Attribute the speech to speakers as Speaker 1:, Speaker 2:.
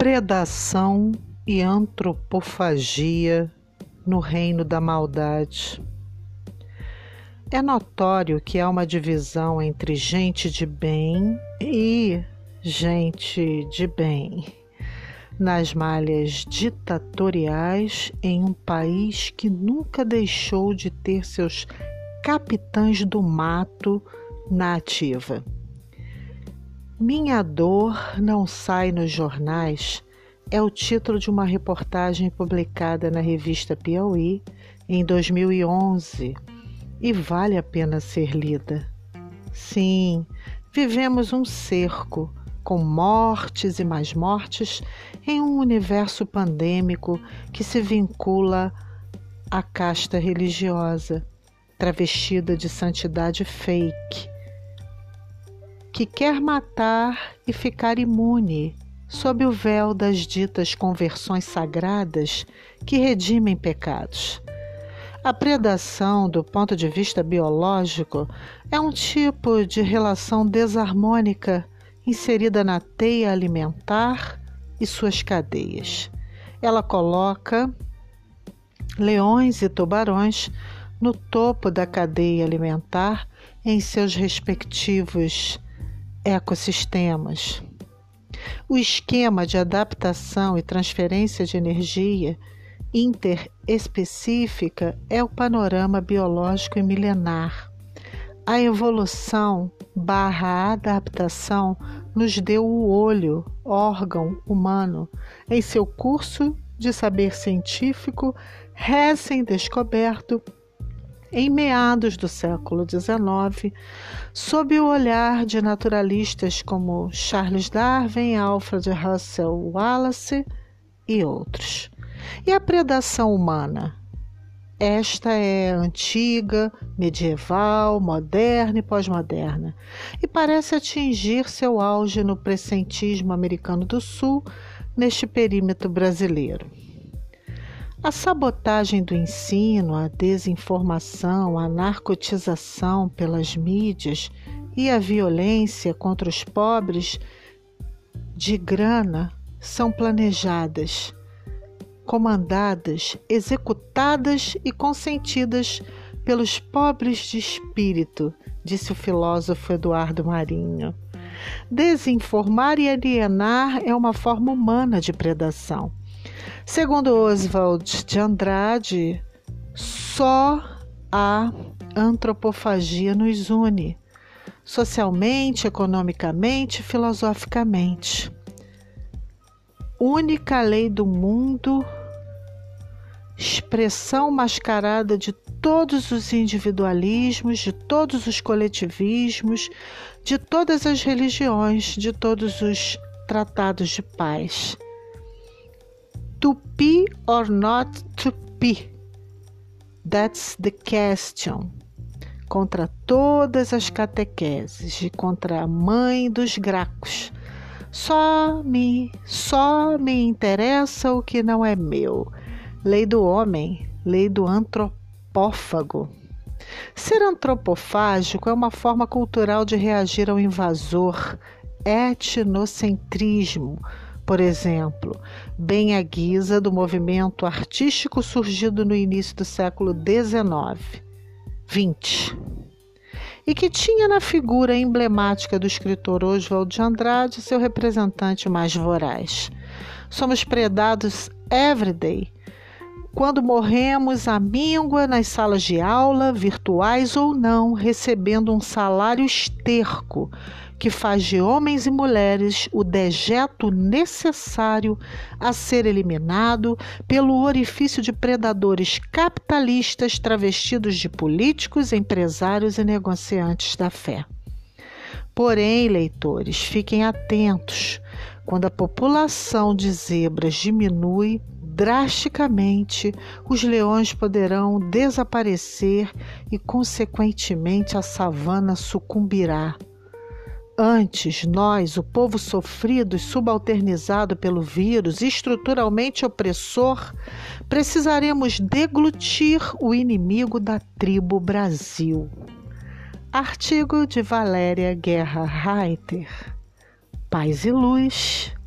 Speaker 1: Predação e antropofagia no reino da maldade. É notório que há uma divisão entre gente de bem e gente de bem nas malhas ditatoriais em um país que nunca deixou de ter seus capitães do mato na ativa. Minha dor não sai nos jornais é o título de uma reportagem publicada na revista Piauí em 2011 e vale a pena ser lida. Sim, vivemos um cerco com mortes e mais mortes em um universo pandêmico que se vincula à casta religiosa, travestida de santidade fake, que quer matar e ficar imune sob o véu das ditas conversões sagradas que redimem pecados. A predação, do ponto de vista biológico, é um tipo de relação desarmônica inserida na teia alimentar e suas cadeias. Ela coloca leões e tubarões no topo da cadeia alimentar em seus respectivos ecossistemas. O esquema de adaptação e transferência de energia interespecífica é o panorama biológico e milenar. A evolução / adaptação nos deu o olho, órgão humano, em seu curso de saber científico recém-descoberto em meados do século XIX, sob o olhar de naturalistas como Charles Darwin, Alfred Russel Wallace e outros. E a predação humana? Esta é antiga, medieval, moderna e pós-moderna, e parece atingir seu auge no pressentismo americano do Sul, neste perímetro brasileiro. A sabotagem do ensino, a desinformação, a narcotização pelas mídias e a violência contra os pobres de grana são planejadas, comandadas, executadas e consentidas pelos pobres de espírito, disse o filósofo Eduardo Marinho. Desinformar e alienar é uma forma humana de predação. Segundo Oswald de Andrade, só a antropofagia nos une, socialmente, economicamente, filosoficamente. Única lei do mundo, expressão mascarada de todos os individualismos, de todos os coletivismos, de todas as religiões, de todos os tratados de paz. To be or not to be? That's the question. Contra todas as catequeses e contra a mãe dos gracos. Só me interessa o que não é meu. Lei do homem, lei do antropófago. Ser antropofágico é uma forma cultural de reagir ao invasor, etnocentrismo, por exemplo, bem à guisa do movimento artístico surgido no início do século XX, e que tinha na figura emblemática do escritor Oswald de Andrade seu representante mais voraz. Somos predados everyday, quando morremos à míngua nas salas de aula, virtuais ou não, recebendo um salário esterco, que faz de homens e mulheres o dejeto necessário a ser eliminado pelo orifício de predadores capitalistas travestidos de políticos, empresários e negociantes da fé. Porém, leitores, fiquem atentos. Quando a população de zebras diminui drasticamente, os leões poderão desaparecer e, consequentemente, a savana sucumbirá. Antes, nós, o povo sofrido e subalternizado pelo vírus, estruturalmente opressor, precisaremos deglutir o inimigo da tribo Brasil. Artigo de Valéria Guerra Reiter. Paz e luz.